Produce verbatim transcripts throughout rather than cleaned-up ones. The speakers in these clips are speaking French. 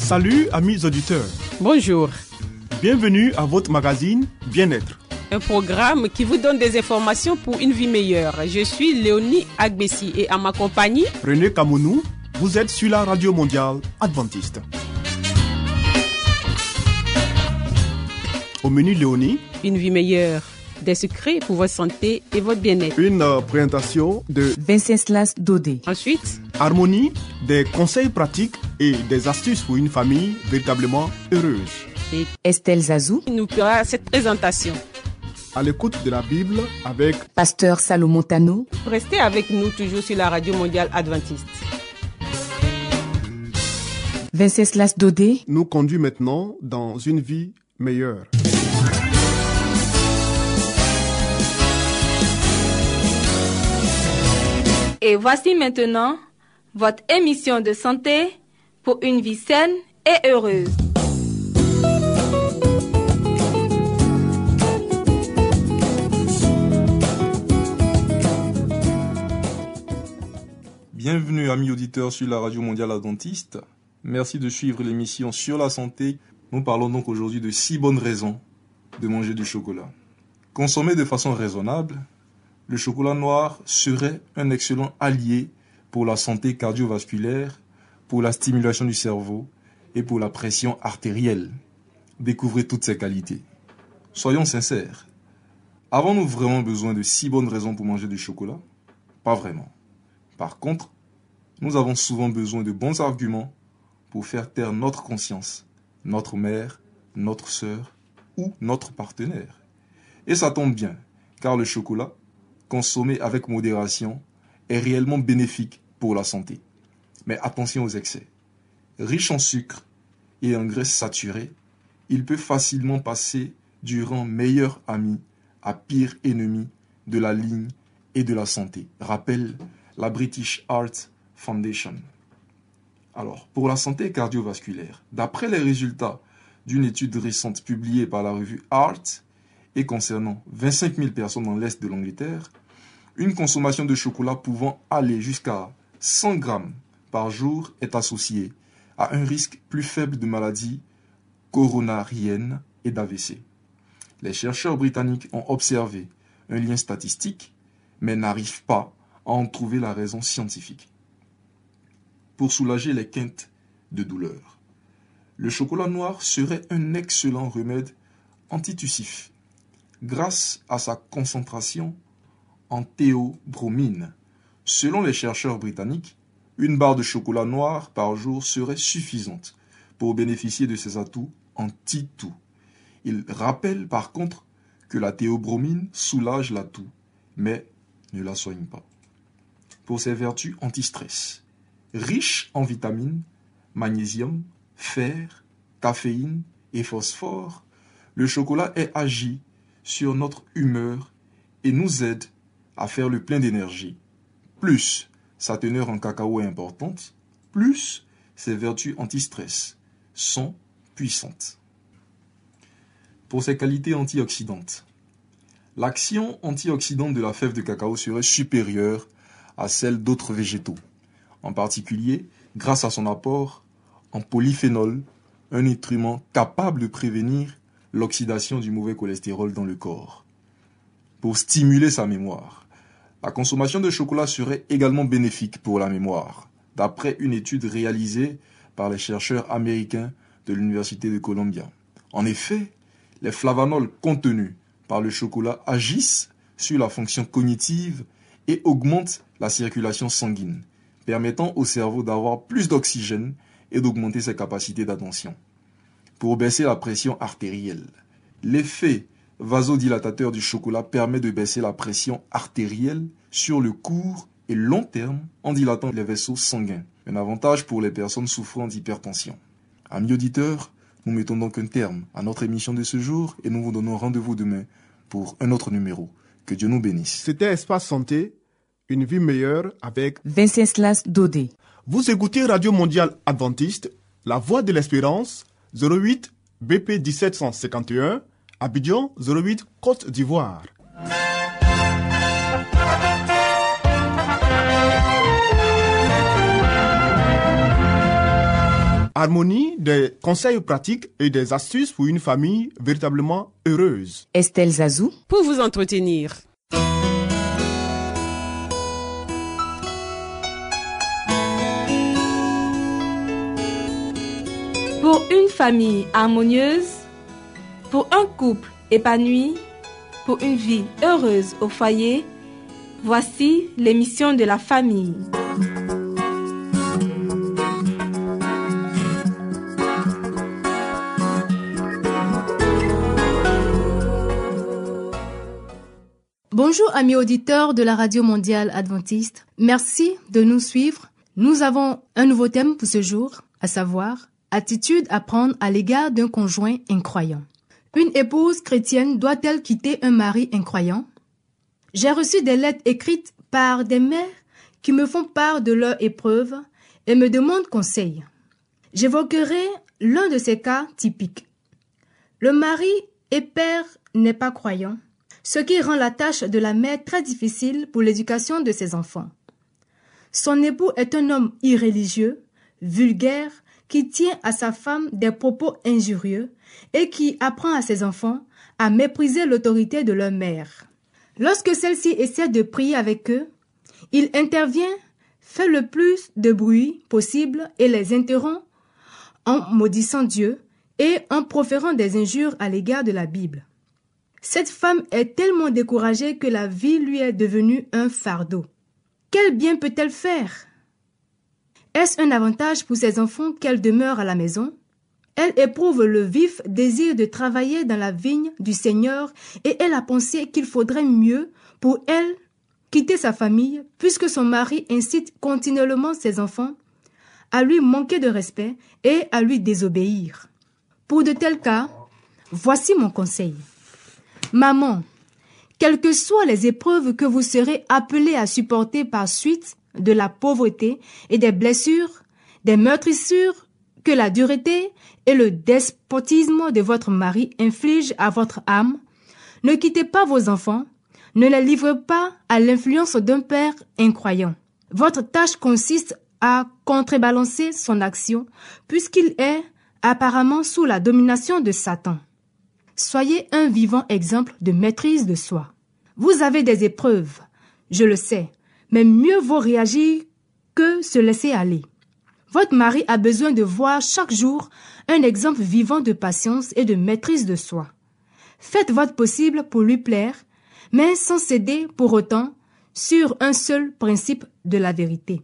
Salut amis auditeurs. Bonjour. Bienvenue à votre magazine Bien-être. Un programme qui vous donne des informations pour une vie meilleure. Je suis Léonie Agbessi et à ma compagnie, René Kamounou, vous êtes sur la radio mondiale adventiste. Au menu Léonie, une vie meilleure, des secrets pour votre santé et votre bien-être. Une euh, présentation de Venceslas Dodé. Ensuite, Harmonie, des conseils pratiques et des astuces pour une famille véritablement heureuse. et Estelle Zazou. il nous fera cette présentation. À l'écoute de la Bible avec Pasteur Salomon Tano. Restez avec nous toujours sur la radio mondiale adventiste. Venceslas Dodé. nous conduit maintenant dans une vie meilleure. Et voici maintenant votre émission de santé pour une vie saine et heureuse. Bienvenue amis auditeurs sur la radio mondiale adventiste. Merci de suivre l'émission sur la santé. Nous parlons donc aujourd'hui de six bonnes raisons de manger du chocolat. Consommé de façon raisonnable, le chocolat noir serait un excellent allié pour la santé cardiovasculaire, pour la stimulation du cerveau et pour la pression artérielle. Découvrez toutes ces qualités. Soyons sincères. Avons-nous vraiment besoin de six bonnes raisons pour manger du chocolat? Pas vraiment. Par contre, nous avons souvent besoin de bons arguments pour faire taire notre conscience, notre mère, notre sœur ou notre partenaire. Et ça tombe bien, car le chocolat, consommé avec modération, est réellement bénéfique pour la santé. Mais attention aux excès. Riche en sucre et en graisses saturées, il peut facilement passer du rang meilleur ami à pire ennemi de la ligne et de la santé. Rappelle la British Heart Foundation. Alors, pour la santé cardiovasculaire, d'après les résultats d'une étude récente publiée par la revue Heart, et concernant vingt-cinq mille personnes dans l'Est de l'Angleterre, une consommation de chocolat pouvant aller jusqu'à cent grammes par jour est associée à un risque plus faible de maladies coronariennes et d'A V C. Les chercheurs britanniques ont observé un lien statistique, mais n'arrivent pas à en trouver la raison scientifique. Pour soulager les quintes de douleur, le chocolat noir serait un excellent remède antitussif grâce à sa concentration en théobromine. Selon les chercheurs britanniques, une barre de chocolat noir par jour serait suffisante pour bénéficier de ses atouts anti-toux. Ils rappellent par contre que la théobromine soulage la toux, mais ne la soigne pas. Pour ses vertus anti-stress, riche en vitamines, magnésium, fer, caféine et phosphore, le chocolat est agi sur notre humeur et nous aide à faire le plein d'énergie. Plus sa teneur en cacao est importante, plus ses vertus anti-stress sont puissantes. Pour ses qualités antioxydantes, l'action antioxydante de la fève de cacao serait supérieure à celle d'autres végétaux, en particulier grâce à son apport en polyphénol, un nutriment capable de prévenir l'oxydation du mauvais cholestérol dans le corps. Pour stimuler sa mémoire, la consommation de chocolat serait également bénéfique pour la mémoire, d'après une étude réalisée par les chercheurs américains de l'Université de Columbia. En effet, les flavanols contenus par le chocolat agissent sur la fonction cognitive et augmentent la circulation sanguine, permettant au cerveau d'avoir plus d'oxygène et d'augmenter ses capacités d'attention. Pour baisser la pression artérielle, l'effet vasodilatateur du chocolat permet de baisser la pression artérielle sur le court et long terme en dilatant les vaisseaux sanguins. Un avantage pour les personnes souffrant d'hypertension. Amis auditeurs, nous mettons donc un terme à notre émission de ce jour et nous vous donnons rendez-vous demain pour un autre numéro. Que Dieu nous bénisse. C'était Espace Santé, une vie meilleure avec Venceslas Dodé. Vous écoutez Radio Mondiale Adventiste, La Voix de l'Espérance, zéro huit B P dix-sept cent cinquante et un, Abidjan zéro huit, Côte d'Ivoire. Harmonie, des conseils pratiques et des astuces pour une famille véritablement heureuse. Estelle Zazou. Pour vous entretenir. Pour une famille harmonieuse, pour un couple épanoui, pour une vie heureuse au foyer, voici l'émission de la famille. Bonjour amis auditeurs de la Radio Mondiale Adventiste. Merci de nous suivre. Nous avons un nouveau thème pour ce jour, à savoir attitude à prendre à l'égard d'un conjoint incroyant. Une épouse chrétienne doit-elle quitter un mari incroyant? J'ai reçu des lettres écrites par des mères qui me font part de leurs épreuves et me demandent conseil. J'évoquerai l'un de ces cas typiques. Le mari et père n'est pas croyant, ce qui rend la tâche de la mère très difficile pour l'éducation de ses enfants. Son époux est un homme irréligieux, vulgaire, qui tient à sa femme des propos injurieux et qui apprend à ses enfants à mépriser l'autorité de leur mère. Lorsque celle-ci essaie de prier avec eux, il intervient, fait le plus de bruit possible et les interrompt en maudissant Dieu et en proférant des injures à l'égard de la Bible. Cette femme est tellement découragée que la vie lui est devenue un fardeau. Quel bien peut-elle faire? Est-ce un avantage pour ses enfants qu'elle demeure à la maison? Elle éprouve le vif désir de travailler dans la vigne du Seigneur et elle a pensé qu'il faudrait mieux pour elle quitter sa famille puisque son mari incite continuellement ses enfants à lui manquer de respect et à lui désobéir. Pour de tels cas, voici mon conseil. Maman, quelles que soient les épreuves que vous serez appelée à supporter par suite de la pauvreté et des blessures, des meurtrissures que la dureté et le despotisme de votre mari infligent à votre âme, ne quittez pas vos enfants, ne les livrez pas à l'influence d'un père incroyant. Votre tâche consiste à contrebalancer son action puisqu'il est apparemment sous la domination de Satan. Soyez un vivant exemple de maîtrise de soi. Vous avez des épreuves, je le sais, mais mieux vaut réagir que se laisser aller. Votre mari a besoin de voir chaque jour un exemple vivant de patience et de maîtrise de soi. Faites votre possible pour lui plaire, mais sans céder pour autant sur un seul principe de la vérité.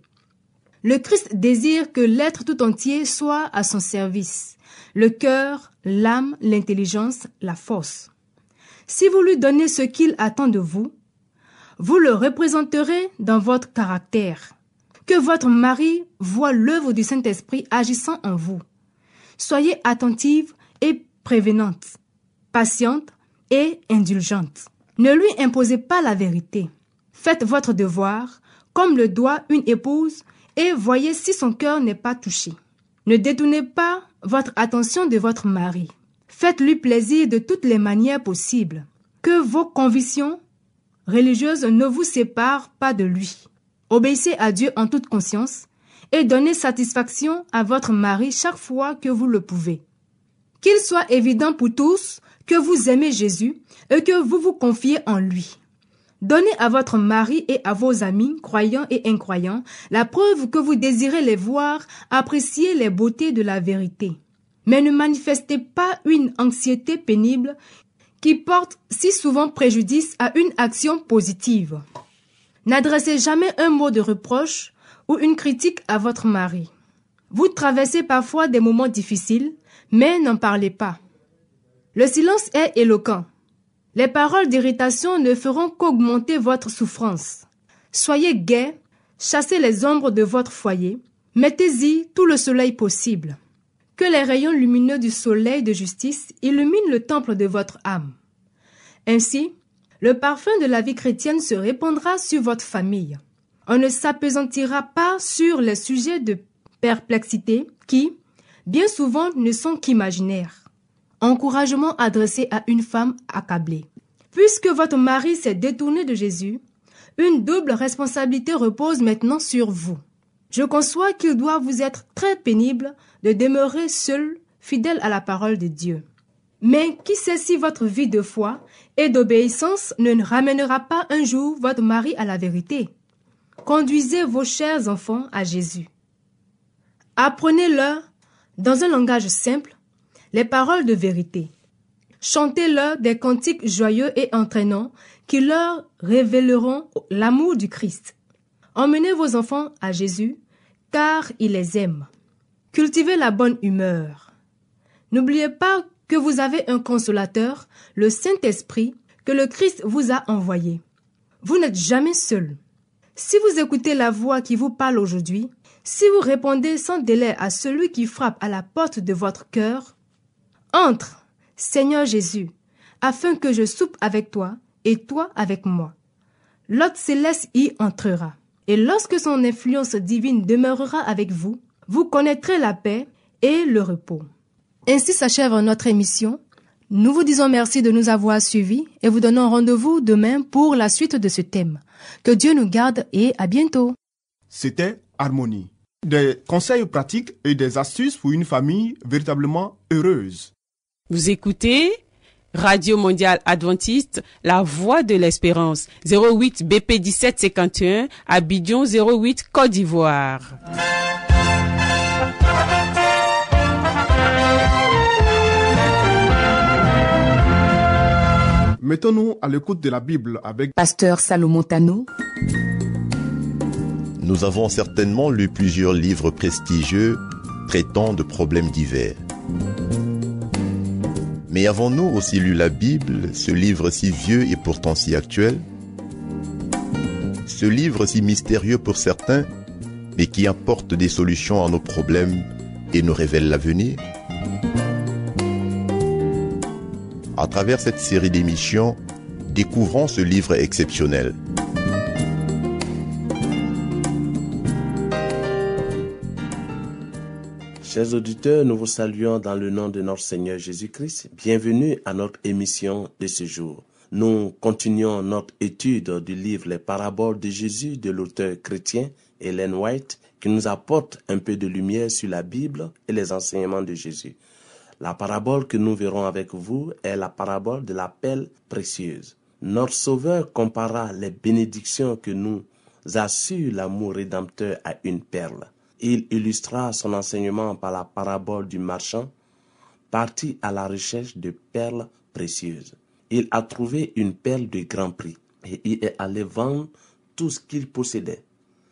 Le Christ désire que l'être tout entier soit à son service, le cœur, l'âme, l'intelligence, la force. Si vous lui donnez ce qu'il attend de vous, vous le représenterez dans votre caractère. Que votre mari voie l'œuvre du Saint-Esprit agissant en vous. Soyez attentive et prévenante, patiente et indulgente. Ne lui imposez pas la vérité. Faites votre devoir, comme le doit une épouse, et voyez si son cœur n'est pas touché. Ne détournez pas votre attention de votre mari. Faites-lui plaisir de toutes les manières possibles. Que vos convictions religieuses ne vous séparent pas de lui. Obéissez à Dieu en toute conscience et donnez satisfaction à votre mari chaque fois que vous le pouvez. Qu'il soit évident pour tous que vous aimez Jésus et que vous vous confiez en lui. Donnez à votre mari et à vos amis, croyants et incroyants, la preuve que vous désirez les voir apprécier les beautés de la vérité. Mais ne manifestez pas une anxiété pénible qui porte si souvent préjudice à une action positive. N'adressez jamais un mot de reproche ou une critique à votre mari. Vous traversez parfois des moments difficiles, mais n'en parlez pas. Le silence est éloquent. Les paroles d'irritation ne feront qu'augmenter votre souffrance. Soyez gai, chassez les ombres de votre foyer, mettez-y tout le soleil possible. Que les rayons lumineux du soleil de justice illuminent le temple de votre âme. Ainsi, le parfum de la vie chrétienne se répandra sur votre famille. On ne s'apesantira pas sur les sujets de perplexité qui, bien souvent, ne sont qu'imaginaires. Encouragement adressé à une femme accablée. Puisque votre mari s'est détourné de Jésus, une double responsabilité repose maintenant sur vous. Je conçois qu'il doit vous être très pénible de demeurer seul, fidèle à la parole de Dieu. Mais qui sait si votre vie de foi et d'obéissance ne ramènera pas un jour votre mari à la vérité? Conduisez vos chers enfants à Jésus. Apprenez-leur, dans un langage simple, les paroles de vérité. Chantez-leur des cantiques joyeux et entraînants qui leur révéleront l'amour du Christ. Emmenez vos enfants à Jésus, car il les aime. Cultivez la bonne humeur. N'oubliez pas que vous avez un consolateur, le Saint-Esprit, que le Christ vous a envoyé. Vous n'êtes jamais seul. Si vous écoutez la voix qui vous parle aujourd'hui, si vous répondez sans délai à celui qui frappe à la porte de votre cœur, entre, Seigneur Jésus, afin que je soupe avec toi et toi avec moi. L'hôte céleste y entrera. Et lorsque son influence divine demeurera avec vous, vous connaîtrez la paix et le repos. Ainsi s'achève notre émission. Nous vous disons merci de nous avoir suivis et vous donnons rendez-vous demain pour la suite de ce thème. Que Dieu nous garde et à bientôt. C'était Harmonie. Des conseils pratiques et des astuces pour une famille véritablement heureuse. Vous écoutez Radio Mondiale Adventiste, la voix de l'espérance, zéro huit B P dix-sept cinquante et un, Abidjan zéro huit, Côte d'Ivoire. Mettons-nous à l'écoute de la Bible avec Pasteur Salomon Tano. Nous avons certainement lu plusieurs livres prestigieux traitant de problèmes divers. Mais avons-nous aussi lu la Bible, ce livre si vieux et pourtant si actuel? Ce livre si mystérieux pour certains, mais qui apporte des solutions à nos problèmes et nous révèle l'avenir? À travers cette série d'émissions, découvrons ce livre exceptionnel. Chers auditeurs, nous vous saluons dans le nom de notre Seigneur Jésus-Christ. Bienvenue à notre émission de ce jour. Nous continuons notre étude du livre Les Paraboles de Jésus de l'auteur chrétien Ellen White, qui nous apporte un peu de lumière sur la Bible et les enseignements de Jésus. La parabole que nous verrons avec vous est la parabole de la perle précieuse. Notre Sauveur compara les bénédictions que nous assure l'amour rédempteur à une perle. Il illustra son enseignement par la parabole du marchand, parti à la recherche de perles précieuses. Il a trouvé une perle de grand prix et il est allé vendre tout ce qu'il possédait,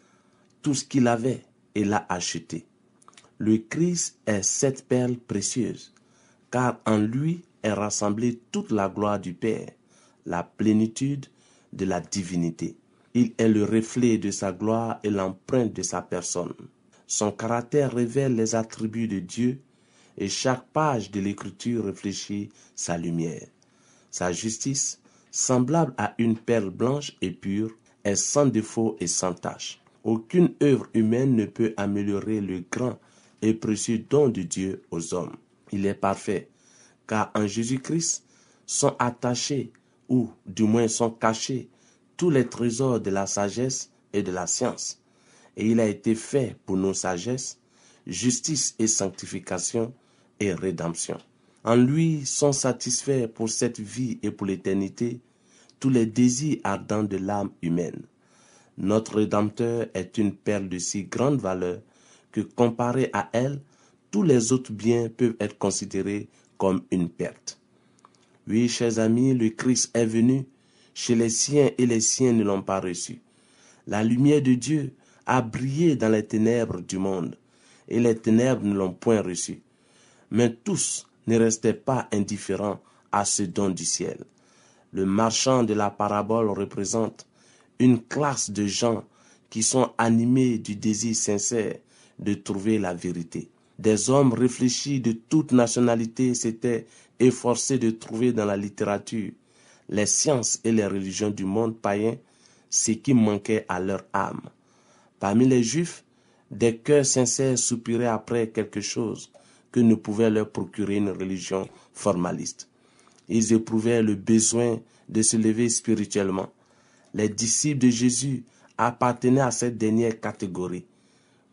tout ce qu'il avait et l'a acheté. Le Christ est cette perle précieuse, car en lui est rassemblée toute la gloire du Père, la plénitude de la divinité. Il est le reflet de sa gloire et l'empreinte de sa personne. Son caractère révèle les attributs de Dieu et chaque page de l'Écriture réfléchit sa lumière. Sa justice, semblable à une perle blanche et pure, est sans défaut et sans tache. Aucune œuvre humaine ne peut améliorer le grand et précieux don de Dieu aux hommes. Il est parfait, car en Jésus-Christ sont attachés, ou du moins sont cachés, tous les trésors de la sagesse et de la science. Et il a été fait pour nos sagesses, justice et sanctification et rédemption. En lui sont satisfaits pour cette vie et pour l'éternité tous les désirs ardents de l'âme humaine. Notre Rédempteur est une perle de si grande valeur que comparé à elle, tous les autres biens peuvent être considérés comme une perte. Oui, chers amis, le Christ est venu chez les siens et les siens ne l'ont pas reçu. La lumière de Dieu a brillé dans les ténèbres du monde et les ténèbres ne l'ont point reçu. Mais tous ne restaient pas indifférents à ce don du ciel. Le marchand de la parabole représente une classe de gens qui sont animés du désir sincère de trouver la vérité. Des hommes réfléchis de toute nationalité s'étaient efforcés de trouver dans la littérature, les sciences et les religions du monde païen ce qui manquait à leur âme. Parmi les Juifs, des cœurs sincères soupiraient après quelque chose que ne pouvait leur procurer une religion formaliste. Ils éprouvaient le besoin de se lever spirituellement. Les disciples de Jésus appartenaient à cette dernière catégorie.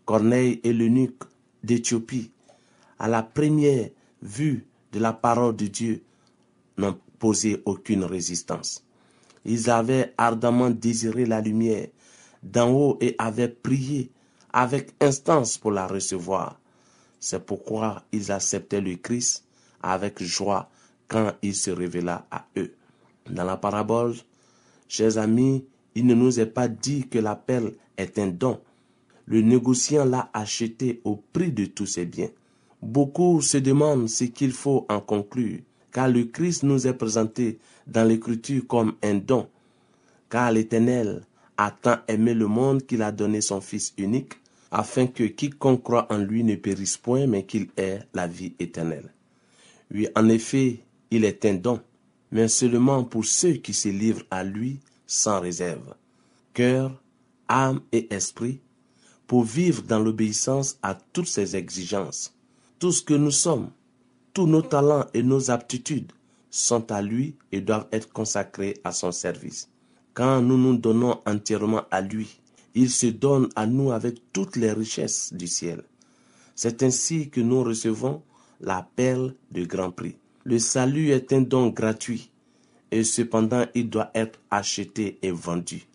Corneille et l'eunuque d'Éthiopie, à la première vue de la parole de Dieu, n'ont posé aucune résistance. Ils avaient ardemment désiré la lumière d'en haut et avaient prié avec instance pour la recevoir. C'est pourquoi ils acceptaient le Christ avec joie quand il se révéla à eux. Dans la parabole, chers amis, il ne nous est pas dit que la perle est un don. Le négociant l'a acheté au prix de tous ses biens. Beaucoup se demandent ce qu'il faut en conclure, car le Christ nous est présenté dans l'Écriture comme un don, car l'Éternel a tant aimé le monde qu'il a donné son Fils unique, afin que quiconque croit en lui ne périsse point, mais qu'il ait la vie éternelle. Oui, en effet, il est un don, mais seulement pour ceux qui se livrent à lui sans réserve, cœur, âme et esprit, pour vivre dans l'obéissance à toutes ses exigences. Tout ce que nous sommes, tous nos talents et nos aptitudes sont à lui et doivent être consacrés à son service. Quand nous nous donnons entièrement à lui, il se donne à nous avec toutes les richesses du ciel. C'est ainsi que nous recevons la perle de grand prix. Le salut est un don gratuit et cependant il doit être acheté et vendu.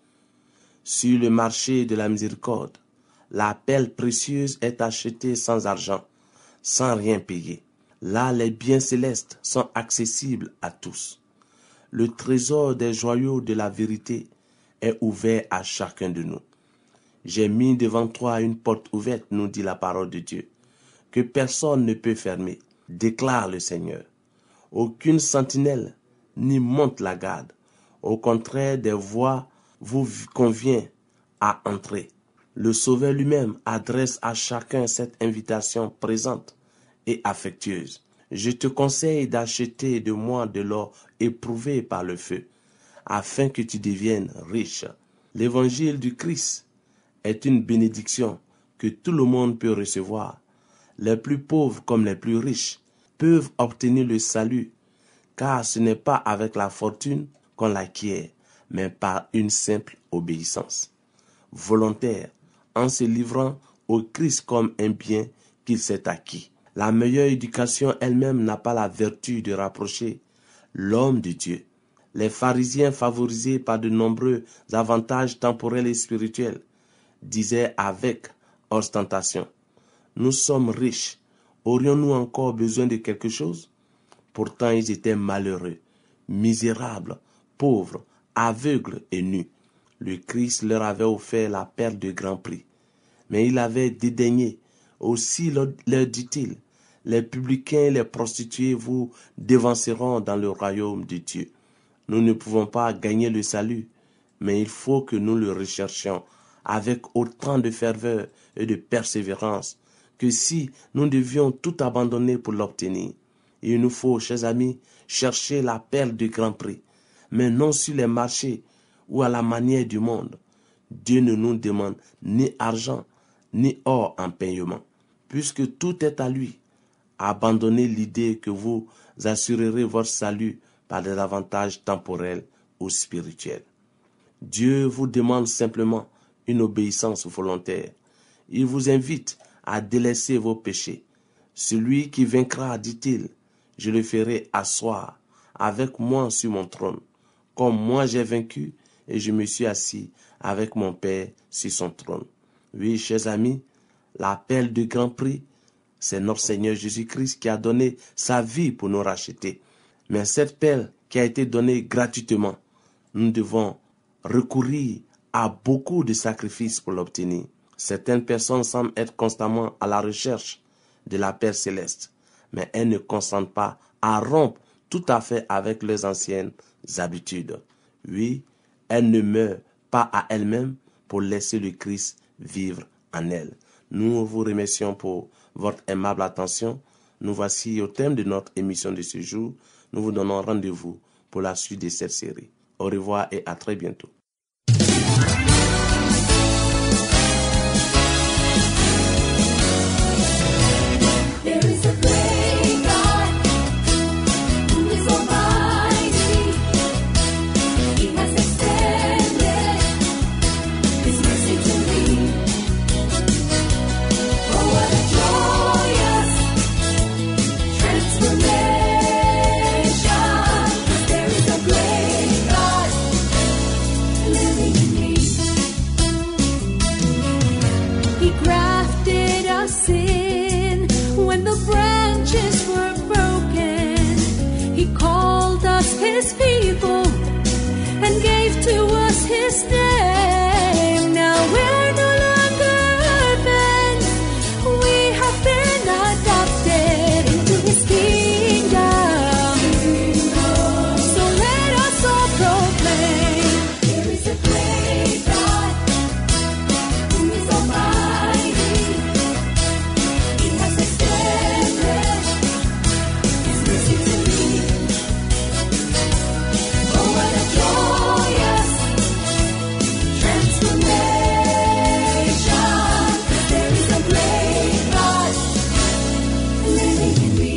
Sur le marché de la miséricorde, la perle précieuse est achetée sans argent, sans rien payer. Là, les biens célestes sont accessibles à tous. Le trésor des joyaux de la vérité est ouvert à chacun de nous. J'ai mis devant toi une porte ouverte, nous dit la parole de Dieu, que personne ne peut fermer, déclare le Seigneur. Aucune sentinelle n'y monte la garde. Au contraire, des voix vous convient à entrer. Le Sauveur lui-même adresse à chacun cette invitation présente et affectueuse. Je te conseille d'acheter de moi de l'or éprouvé par le feu, afin que tu deviennes riche. L'évangile du Christ est une bénédiction que tout le monde peut recevoir. Les plus pauvres comme les plus riches peuvent obtenir le salut, car ce n'est pas avec la fortune qu'on l'acquiert, mais par une simple obéissance volontaire, en se livrant au Christ comme un bien qu'il s'est acquis. La meilleure éducation elle-même n'a pas la vertu de rapprocher l'homme de Dieu. Les pharisiens, favorisés par de nombreux avantages temporels et spirituels, disaient avec ostentation: nous sommes riches, aurions-nous encore besoin de quelque chose? Pourtant ils étaient malheureux, misérables, pauvres, aveugles et nus. Le Christ leur avait offert la perle de grand prix, mais il avait dédaigné. Aussi leur, leur dit-il: les publicains et les prostituées vous devanceront dans le royaume de Dieu. Nous ne pouvons pas gagner le salut, mais il faut que nous le recherchions avec autant de ferveur et de persévérance que si nous devions tout abandonner pour l'obtenir. Il nous faut, chers amis, chercher la perle de grand prix, mais non sur les marchés ou à la manière du monde. Dieu ne nous demande ni argent, ni or en paiement. Puisque tout est à lui, abandonnez l'idée que vous assurerez votre salut par des avantages temporels ou spirituels. Dieu vous demande simplement une obéissance volontaire. Il vous invite à délaisser vos péchés. Celui qui vaincra, dit-il, je le ferai asseoir avec moi sur mon trône, comme moi j'ai vaincu et je me suis assis avec mon Père sur son trône. Oui, chers amis, la perle de grand prix, c'est notre Seigneur Jésus-Christ qui a donné sa vie pour nous racheter. Mais cette perle qui a été donnée gratuitement, nous devons recourir à beaucoup de sacrifices pour l'obtenir. Certaines personnes semblent être constamment à la recherche de la perle céleste, mais elles ne consentent pas à rompre tout à fait avec leurs anciennes habitudes. Oui, elles ne meurent pas à elles-mêmes pour laisser le Christ vivre en elles. Nous vous remercions pour votre aimable attention. Nous voici au thème de notre émission de ce jour. Nous vous donnons rendez-vous pour la suite de cette série. Au revoir et à très bientôt. and gave to us his name. Now we're no longer orphans. We have been adopted into his kingdom. So let us all proclaim, there is a great God who is almighty. He has established his mercy to me. Oh, what a joyous transformation. There is a great God living in me.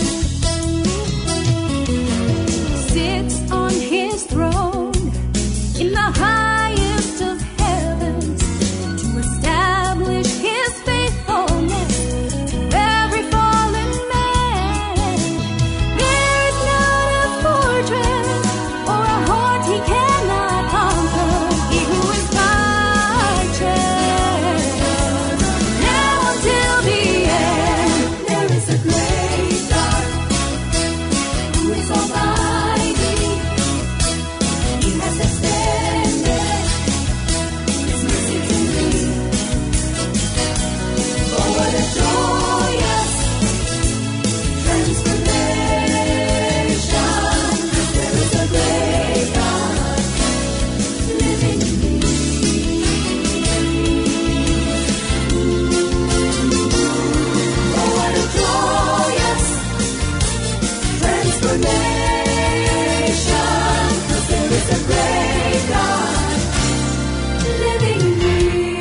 Sits on his throne in the highest of heavens to establish his faithfulness to every fallen man. There is not a fortress or a heart he cannot conquer. He who is righteous now until the end. There is a great God who is almighty. He has extended his mercy to me. Oh, what a joyous transformation. There is a great God living in me. Oh, what a joyous transformation. There is a great God living in me.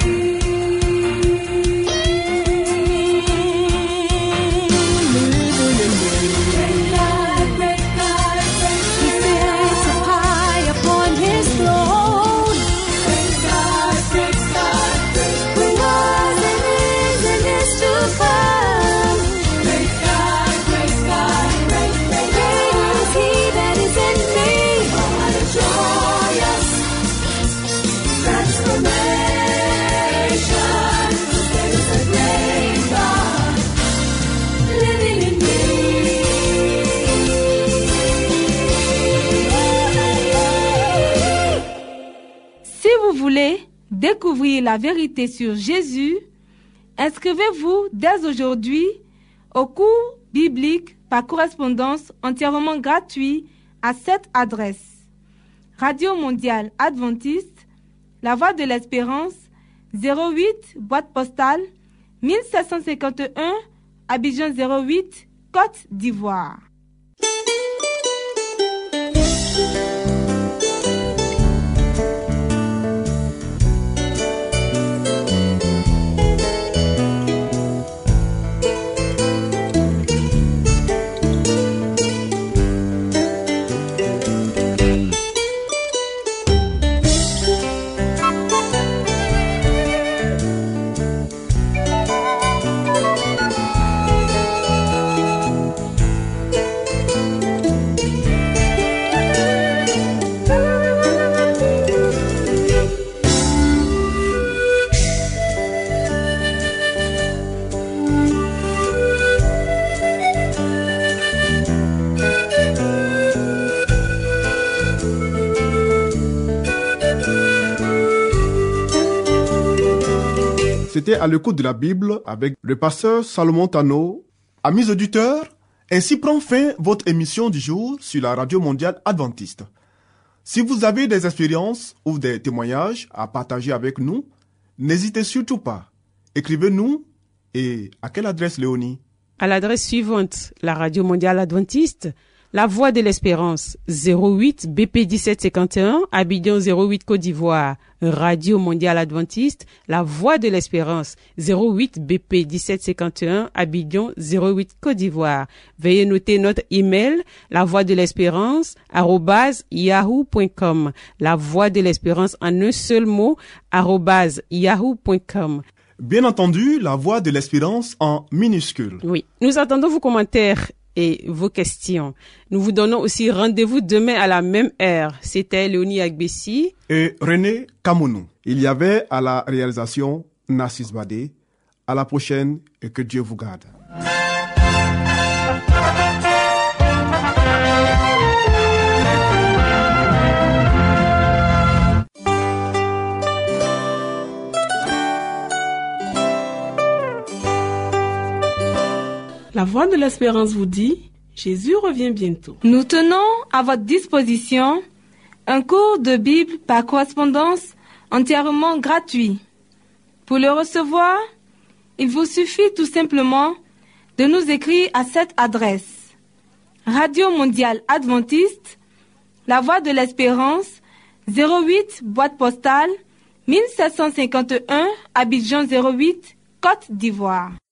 Great God, great God, great He sits up high upon his throne. Great God, great God, great who was and is and is to come. Great God, great God, great, great, great is he that is in me. Oh, what a joyous transformation. There is a great God living in me. Si vous voulez découvrir la vérité sur Jésus, inscrivez-vous dès aujourd'hui au cours biblique par correspondance entièrement gratuit à cette adresse: Radio Mondiale Adventiste, La Voix de l'Espérance, zéro huit, boîte postale mille sept cent cinquante et un, Abidjan zéro huit, Côte d'Ivoire. C'était à l'écoute de la Bible avec le pasteur Salomon Tano. Amis auditeurs, ainsi prend fin votre émission du jour sur la Radio Mondiale Adventiste. Si vous avez des expériences ou des témoignages à partager avec nous, n'hésitez surtout pas. Écrivez-nous. Et à quelle adresse, Léonie? À l'adresse suivante, la Radio Mondiale Adventiste, La Voix de l'Espérance, zéro huit B P dix-sept cinquante et un, Abidjan zéro huit Côte d'Ivoire. Radio Mondiale Adventiste, La Voix de l'Espérance, zéro huit B P dix-sept cinquante et un, Abidjan zéro huit Côte d'Ivoire. Veuillez noter notre email, la voix de l'espérance, arobase yahoo point com. La Voix de l'Espérance en un seul mot, arobase yahoo point com. Bien entendu, La Voix de l'Espérance en minuscule. Oui. Nous attendons vos commentaires et vos questions. Nous vous donnons aussi rendez-vous demain à la même heure. C'était Léonie Agbessi et René Kamounou. Il y avait à la réalisation Narcisse Badé. À la prochaine et que Dieu vous garde. Voix de l'Espérance vous dit, Jésus revient bientôt. Nous tenons à votre disposition un cours de Bible par correspondance entièrement gratuit. Pour le recevoir, il vous suffit tout simplement de nous écrire à cette adresse: Radio Mondiale Adventiste, La Voix de l'Espérance, zéro huit, boîte postale, mille sept cent cinquante et un, Abidjan zéro huit, Côte d'Ivoire.